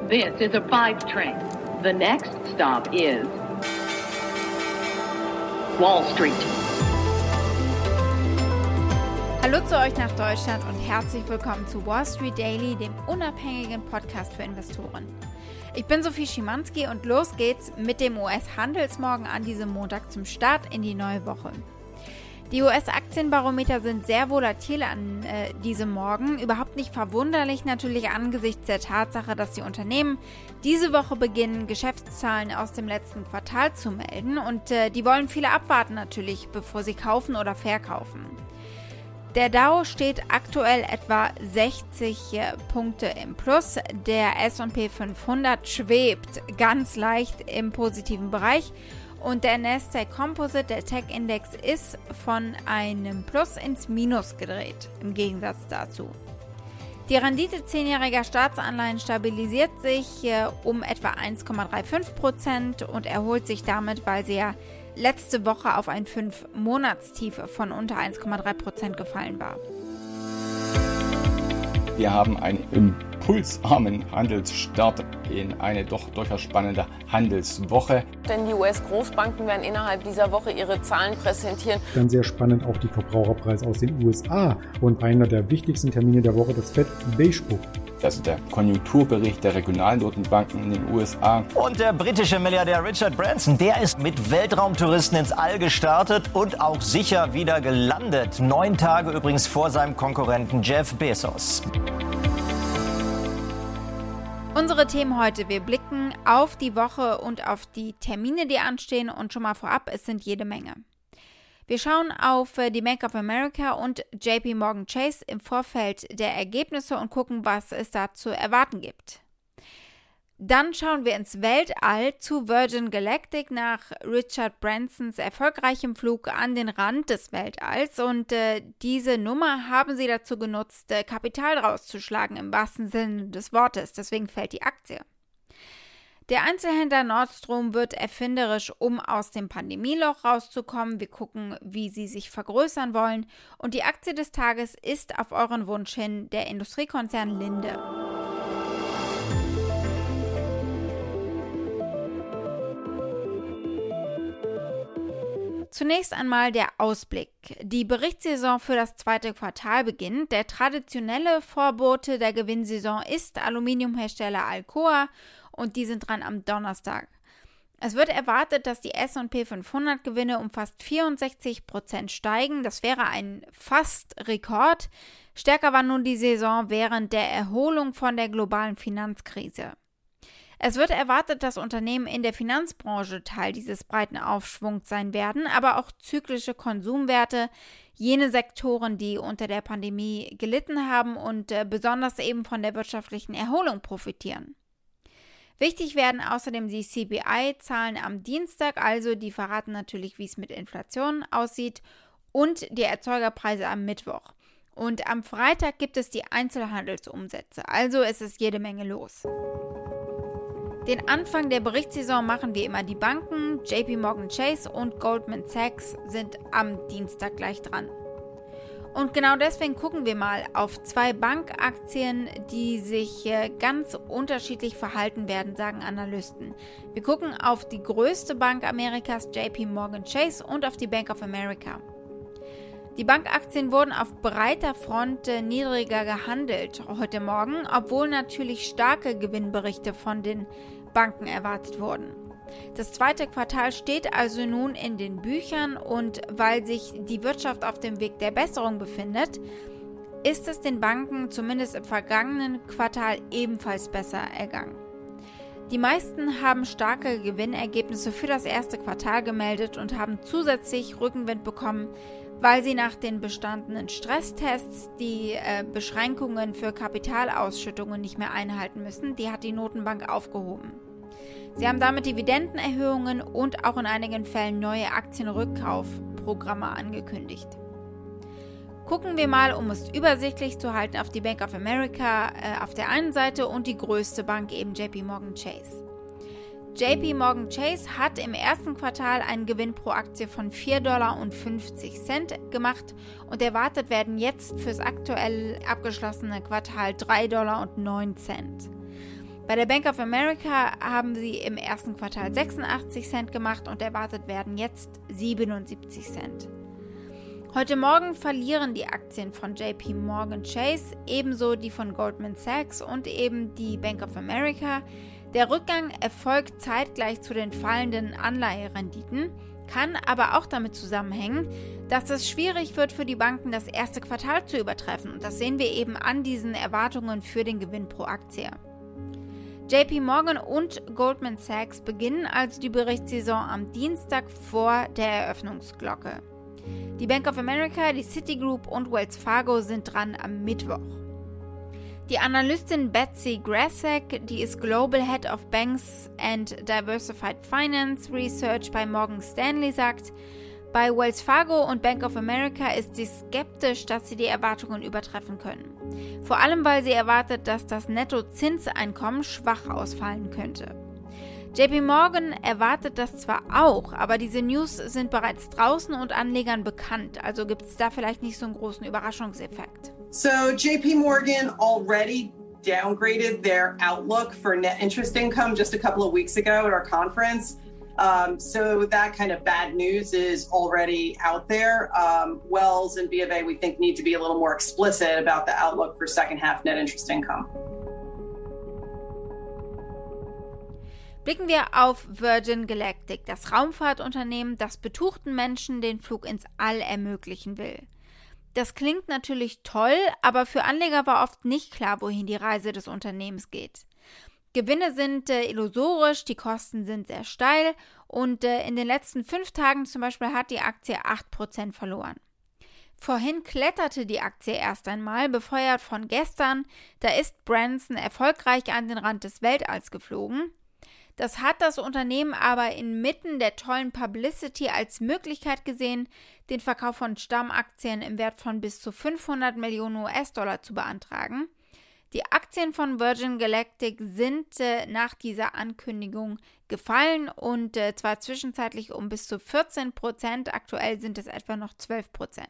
This is a 5 train. The next stop is Wall Street. Hallo zu euch nach Deutschland und herzlich willkommen zu Wall Street Daily, dem unabhängigen Podcast für Investoren. Ich bin Sophie Schimanski und los geht's mit dem US-Handelsmorgen an diesem Montag zum Start in die neue Woche. Die US-Aktienbarometer sind sehr volatil an diesem Morgen, überhaupt nicht verwunderlich natürlich angesichts der Tatsache, dass die Unternehmen diese Woche beginnen, Geschäftszahlen aus dem letzten Quartal zu melden und die wollen viele abwarten natürlich, bevor sie kaufen oder verkaufen. Der Dow steht aktuell etwa 60 Punkte im Plus, der S&P 500 schwebt ganz leicht im positiven Bereich und der Nasdaq Composite, der Tech-Index, ist von einem Plus ins Minus gedreht, im Gegensatz dazu. Die Rendite 10-jähriger Staatsanleihen stabilisiert sich um etwa 1,35% und erholt sich damit, weil sie ja letzte Woche auf ein 5-Monatstief von unter 1,3% gefallen war. Wir haben einen impulsarmen Handelsstart in eine doch durchaus spannende Handelswoche. Denn die US-Großbanken werden innerhalb dieser Woche ihre Zahlen präsentieren. Dann sehr spannend auch die Verbraucherpreise aus den USA und einer der wichtigsten Termine der Woche, das Fed-Beige-Buch. Also der Konjunkturbericht der Regionalnotenbanken in den USA. Und der britische Milliardär Richard Branson, der ist mit Weltraumtouristen ins All gestartet und auch sicher wieder gelandet. 9 Tage übrigens vor seinem Konkurrenten Jeff Bezos. Unsere Themen heute: Wir blicken auf die Woche und auf die Termine, die anstehen, und schon mal vorab, es sind jede Menge. Wir schauen auf die Bank of America und JP Morgan Chase im Vorfeld der Ergebnisse und gucken, was es da zu erwarten gibt. Dann schauen wir ins Weltall zu Virgin Galactic nach Richard Bransons erfolgreichem Flug an den Rand des Weltalls und diese Nummer haben sie dazu genutzt, Kapital rauszuschlagen im wahrsten Sinne des Wortes, deswegen fällt die Aktie. Der Einzelhändler Nordstrom wird erfinderisch, um aus dem Pandemieloch rauszukommen. Wir gucken, wie sie sich vergrößern wollen. Und die Aktie des Tages ist auf euren Wunsch hin der Industriekonzern Linde. Zunächst einmal der Ausblick. Die Berichtssaison für das zweite Quartal beginnt. Der traditionelle Vorbote der Gewinnsaison ist Aluminiumhersteller Alcoa und die sind dran am Donnerstag. Es wird erwartet, dass die S&P 500 Gewinne um fast 64% steigen. Das wäre ein fast Rekord. Stärker war nun die Saison während der Erholung von der globalen Finanzkrise. Es wird erwartet, dass Unternehmen in der Finanzbranche Teil dieses breiten Aufschwungs sein werden, aber auch zyklische Konsumwerte, jene Sektoren, die unter der Pandemie gelitten haben und besonders eben von der wirtschaftlichen Erholung profitieren. Wichtig werden außerdem die CPI-Zahlen am Dienstag, also die verraten natürlich, wie es mit Inflation aussieht, und die Erzeugerpreise am Mittwoch. Und am Freitag gibt es die Einzelhandelsumsätze, also es ist jede Menge los. Den Anfang der Berichtssaison machen wie immer die Banken. JP Morgan Chase und Goldman Sachs sind am Dienstag gleich dran. Und genau deswegen gucken wir mal auf 2 Bankaktien, die sich ganz unterschiedlich verhalten werden, sagen Analysten. Wir gucken auf die größte Bank Amerikas, JP Morgan Chase, und auf die Bank of America. Die Bankaktien wurden auf breiter Front niedriger gehandelt heute Morgen, obwohl natürlich starke Gewinnberichte von den Banken erwartet wurden. Das zweite Quartal steht also nun in den Büchern und weil sich die Wirtschaft auf dem Weg der Besserung befindet, ist es den Banken zumindest im vergangenen Quartal ebenfalls besser ergangen. Die meisten haben starke Gewinnergebnisse für das erste Quartal gemeldet und haben zusätzlich Rückenwind bekommen, weil sie nach den bestandenen Stresstests die Beschränkungen für Kapitalausschüttungen nicht mehr einhalten müssen. Die hat die Notenbank aufgehoben. Sie haben damit Dividendenerhöhungen und auch in einigen Fällen neue Aktienrückkaufprogramme angekündigt. Gucken wir mal, um es übersichtlich zu halten, auf die Bank of America auf der einen Seite und die größte Bank eben JP Morgan Chase. JP Morgan Chase hat im ersten Quartal einen Gewinn pro Aktie von $4,50 gemacht und erwartet werden jetzt fürs aktuell abgeschlossene Quartal $3,09. Bei der Bank of America haben sie im ersten Quartal 86 Cent gemacht und erwartet werden jetzt 77 Cent. Heute Morgen verlieren die Aktien von JP Morgan Chase, ebenso die von Goldman Sachs und eben die Bank of America. Der Rückgang erfolgt zeitgleich zu den fallenden Anleiherenditen, kann aber auch damit zusammenhängen, dass es schwierig wird für die Banken, das erste Quartal zu übertreffen. Und das sehen wir eben an diesen Erwartungen für den Gewinn pro Aktie. JP Morgan und Goldman Sachs beginnen also die Berichtssaison am Dienstag vor der Eröffnungsglocke. Die Bank of America, die Citigroup und Wells Fargo sind dran am Mittwoch. Die Analystin Betsy Graseck, die ist Global Head of Banks and Diversified Finance Research bei Morgan Stanley, sagt, bei Wells Fargo und Bank of America ist sie skeptisch, dass sie die Erwartungen übertreffen können. Vor allem, weil sie erwartet, dass das Nettozinseinkommen schwach ausfallen könnte. JP Morgan erwartet das zwar auch, aber diese News sind bereits draußen und Anlegern bekannt, also gibt es da vielleicht nicht so einen großen Überraschungseffekt. So JP Morgan already downgraded their outlook for net interest income just a couple of weeks ago at our conference. So that kind of bad news is already out there. Wells and BofA, we think, need to be a little more explicit about the outlook for second half net interest income. Blicken wir auf Virgin Galactic, das Raumfahrtunternehmen, das betuchten Menschen den Flug ins All ermöglichen will. Das klingt natürlich toll, aber für Anleger war oft nicht klar, wohin die Reise des Unternehmens geht. Gewinne sind illusorisch, die Kosten sind sehr steil und in den letzten 5 Tagen zum Beispiel hat die Aktie 8% verloren. Vorhin kletterte die Aktie erst einmal, befeuert von gestern, da ist Branson erfolgreich an den Rand des Weltalls geflogen. Das hat das Unternehmen aber inmitten der tollen Publicity als Möglichkeit gesehen, den Verkauf von Stammaktien im Wert von bis zu 500 Millionen US-Dollar zu beantragen. Die Aktien von Virgin Galactic sind nach dieser Ankündigung gefallen und zwar zwischenzeitlich um bis zu 14%, aktuell sind es etwa noch 12%.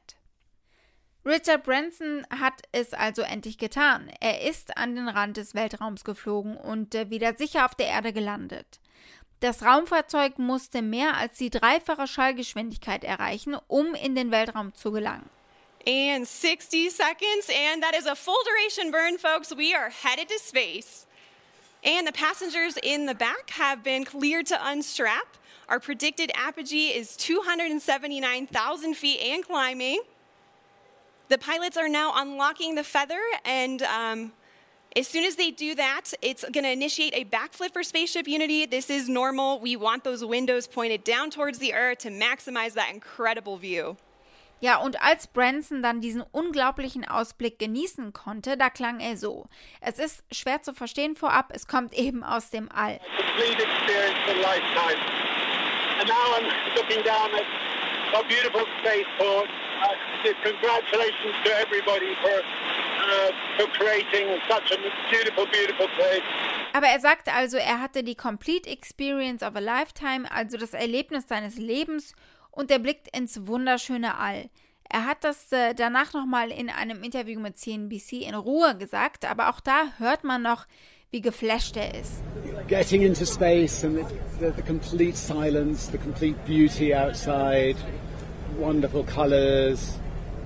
Richard Branson hat es also endlich getan. Er ist an den Rand des Weltraums geflogen und wieder sicher auf der Erde gelandet. Das Raumfahrzeug musste mehr als die 3-fache Schallgeschwindigkeit erreichen, um in den Weltraum zu gelangen. And 60 seconds, and that is a full duration burn, folks. We are headed to space. And the passengers in the back have been cleared to unstrap. Our predicted apogee is 279,000 feet and climbing. The pilots are now unlocking the feather, and as soon as they do that, it's going to initiate a backflip for Spaceship Unity. This is normal. We want those windows pointed down towards the Earth to maximize that incredible view. Ja, und als Branson dann diesen unglaublichen Ausblick genießen konnte, da klang er so. Es ist schwer zu verstehen vorab, es kommt eben aus dem All. Complete experience of a lifetime. And now I'm looking down at a beautiful spaceport. Congratulations to everybody for creating such a beautiful, beautiful place. Aber er sagte also, er hatte die Complete Experience of a Lifetime, also das Erlebnis seines Lebens, und er blickt ins wunderschöne All. Er hat das danach nochmal in einem Interview mit CNBC in Ruhe gesagt, aber auch da hört man noch, wie geflasht er ist. Getting into space and the complete silence, the complete beauty outside, wonderful colors.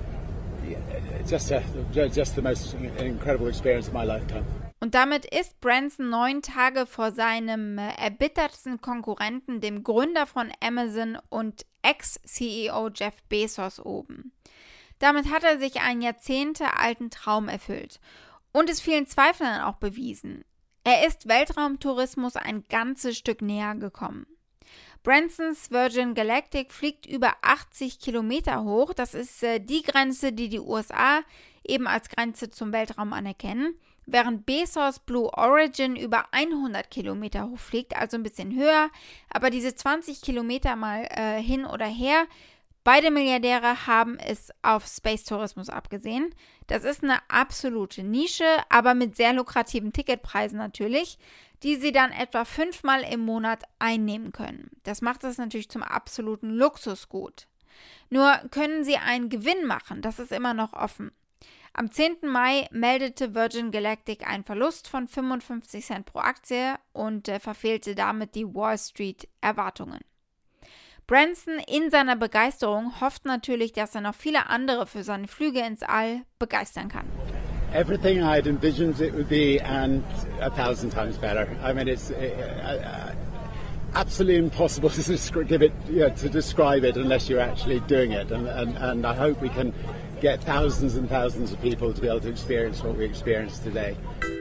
Just the most incredible experience of my lifetime. Und damit ist Branson 9 Tage vor seinem erbittertsten Konkurrenten, dem Gründer von Amazon und Ex-CEO Jeff Bezos, oben. Damit hat er sich einen jahrzehntealten Traum erfüllt und es vielen Zweiflern auch bewiesen. Er ist Weltraumtourismus ein ganzes Stück näher gekommen. Bransons Virgin Galactic fliegt über 80 Kilometer hoch. Das ist die Grenze, die die USA eben als Grenze zum Weltraum anerkennen, während Bezos Blue Origin über 100 Kilometer hoch fliegt, also ein bisschen höher. Aber diese 20 Kilometer mal hin oder her, beide Milliardäre haben es auf Space-Tourismus abgesehen. Das ist eine absolute Nische, aber mit sehr lukrativen Ticketpreisen natürlich, die sie dann etwa 5-mal im Monat einnehmen können. Das macht es natürlich zum absoluten Luxusgut. Nur können sie einen Gewinn machen, das ist immer noch offen. Am 10. Mai meldete Virgin Galactic einen Verlust von 55 Cent pro Aktie und verfehlte damit die Wall Street Erwartungen. Branson in seiner Begeisterung hofft natürlich, dass er noch viele andere für seine Flüge ins All begeistern kann. Everything I'd envisioned it would be and 1,000 times better. I mean, it's absolutely impossible to describe it unless you're actually doing it. And I hope we can get thousands and thousands of people to be able to experience what we experienced today.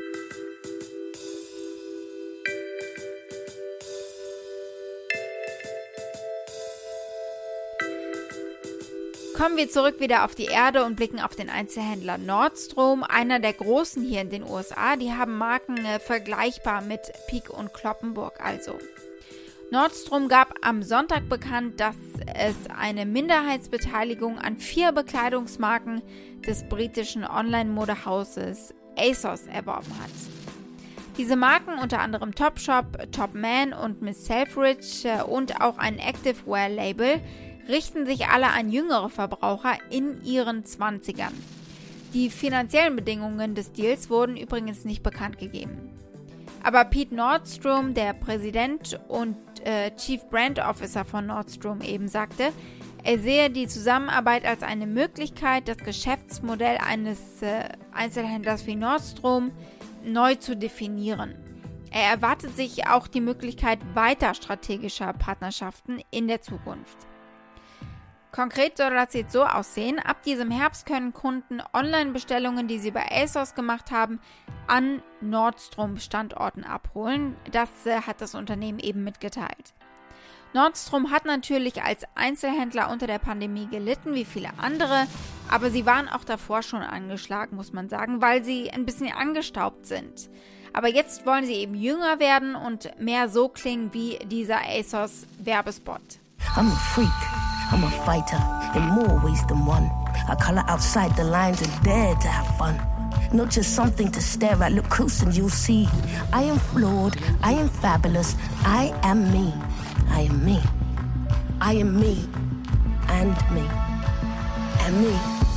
Kommen wir zurück wieder auf die Erde und blicken auf den Einzelhändler Nordstrom, einer der großen hier in den USA. Die haben Marken vergleichbar mit Peek und Cloppenburg also. Nordstrom gab am Sonntag bekannt, dass es eine Minderheitsbeteiligung an 4 Bekleidungsmarken des britischen Online-Modehauses ASOS erworben hat. Diese Marken, unter anderem Topshop, Topman und Miss Selfridge und auch ein Activewear-Label, richten sich alle an jüngere Verbraucher in ihren 20ern. Die finanziellen Bedingungen des Deals wurden übrigens nicht bekannt gegeben. Aber Pete Nordstrom, der Präsident und Chief Brand Officer von Nordstrom, eben sagte, er sehe die Zusammenarbeit als eine Möglichkeit, das Geschäftsmodell eines Einzelhändlers wie Nordstrom neu zu definieren. Er erwartet sich auch die Möglichkeit weiter strategischer Partnerschaften in der Zukunft. Konkret soll das jetzt so aussehen: Ab diesem Herbst können Kunden Online-Bestellungen, die sie bei ASOS gemacht haben, an Nordstrom-Standorten abholen. Das hat das Unternehmen eben mitgeteilt. Nordstrom hat natürlich als Einzelhändler unter der Pandemie gelitten, wie viele andere, aber sie waren auch davor schon angeschlagen, muss man sagen, weil sie ein bisschen angestaubt sind. Aber jetzt wollen sie eben jünger werden und mehr so klingen wie dieser ASOS-Werbespot. I'm a freak. I'm a fighter in more ways than one. I color outside the lines and dare to have fun. Not just something to stare at, look close and you'll see. I am flawed, I am fabulous, I am me. I am me. I am me. And me. And me.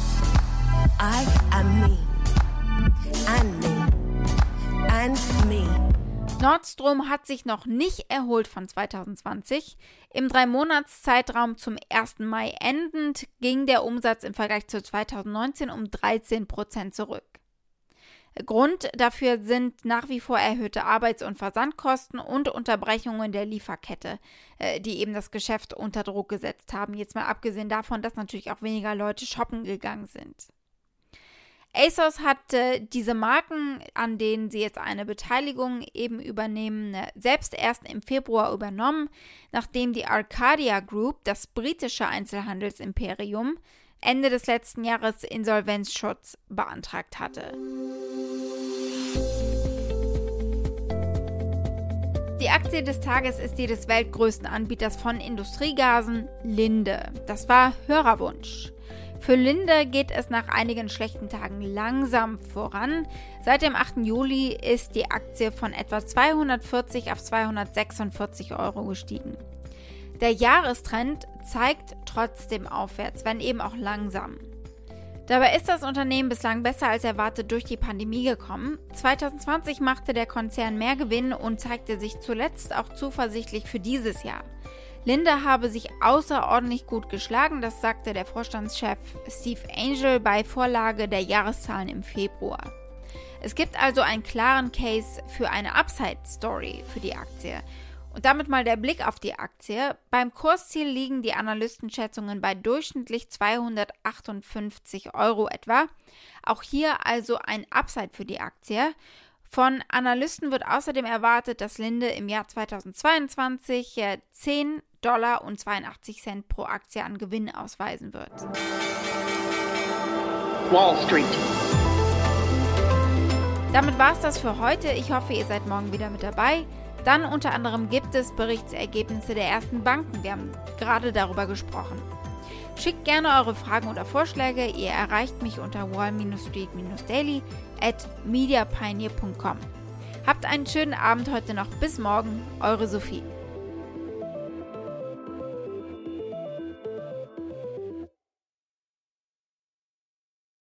I am me. And me. And me. Nordstrom hat sich noch nicht erholt von 2020. Im 3-Monats-Zeitraum zum 1. Mai endend ging der Umsatz im Vergleich zu 2019 um 13% zurück. Grund dafür sind nach wie vor erhöhte Arbeits- und Versandkosten und Unterbrechungen der Lieferkette, die eben das Geschäft unter Druck gesetzt haben. Jetzt mal abgesehen davon, dass natürlich auch weniger Leute shoppen gegangen sind. ASOS hat diese Marken, an denen sie jetzt eine Beteiligung eben übernehmen, selbst erst im Februar übernommen, nachdem die Arcadia Group, das britische Einzelhandelsimperium, Ende des letzten Jahres Insolvenzschutz beantragt hatte. Die Aktie des Tages ist die des weltgrößten Anbieters von Industriegasen, Linde. Das war Hörerwunsch. Für Linde geht es nach einigen schlechten Tagen langsam voran. Seit dem 8. Juli ist die Aktie von etwa 240 auf 246 Euro gestiegen. Der Jahrestrend zeigt trotzdem aufwärts, wenn eben auch langsam. Dabei ist das Unternehmen bislang besser als erwartet durch die Pandemie gekommen. 2020 machte der Konzern mehr Gewinn und zeigte sich zuletzt auch zuversichtlich für dieses Jahr. Linde habe sich außerordentlich gut geschlagen, das sagte der Vorstandschef Steve Angel bei Vorlage der Jahreszahlen im Februar. Es gibt also einen klaren Case für eine Upside-Story für die Aktie. Und damit mal der Blick auf die Aktie. Beim Kursziel liegen die Analystenschätzungen bei durchschnittlich 258 Euro etwa. Auch hier also ein Upside für die Aktie. Von Analysten wird außerdem erwartet, dass Linde im Jahr 2022 $10,82 pro Aktie an Gewinn ausweisen wird. Wall Street. Damit war es das für heute. Ich hoffe, ihr seid morgen wieder mit dabei. Dann unter anderem gibt es Berichtsergebnisse der ersten Banken. Wir haben gerade darüber gesprochen. Schickt gerne eure Fragen oder Vorschläge. Ihr erreicht mich unter wall-street-daily@mediapioneer.com. Habt einen schönen Abend heute noch. Bis morgen. Eure Sophie.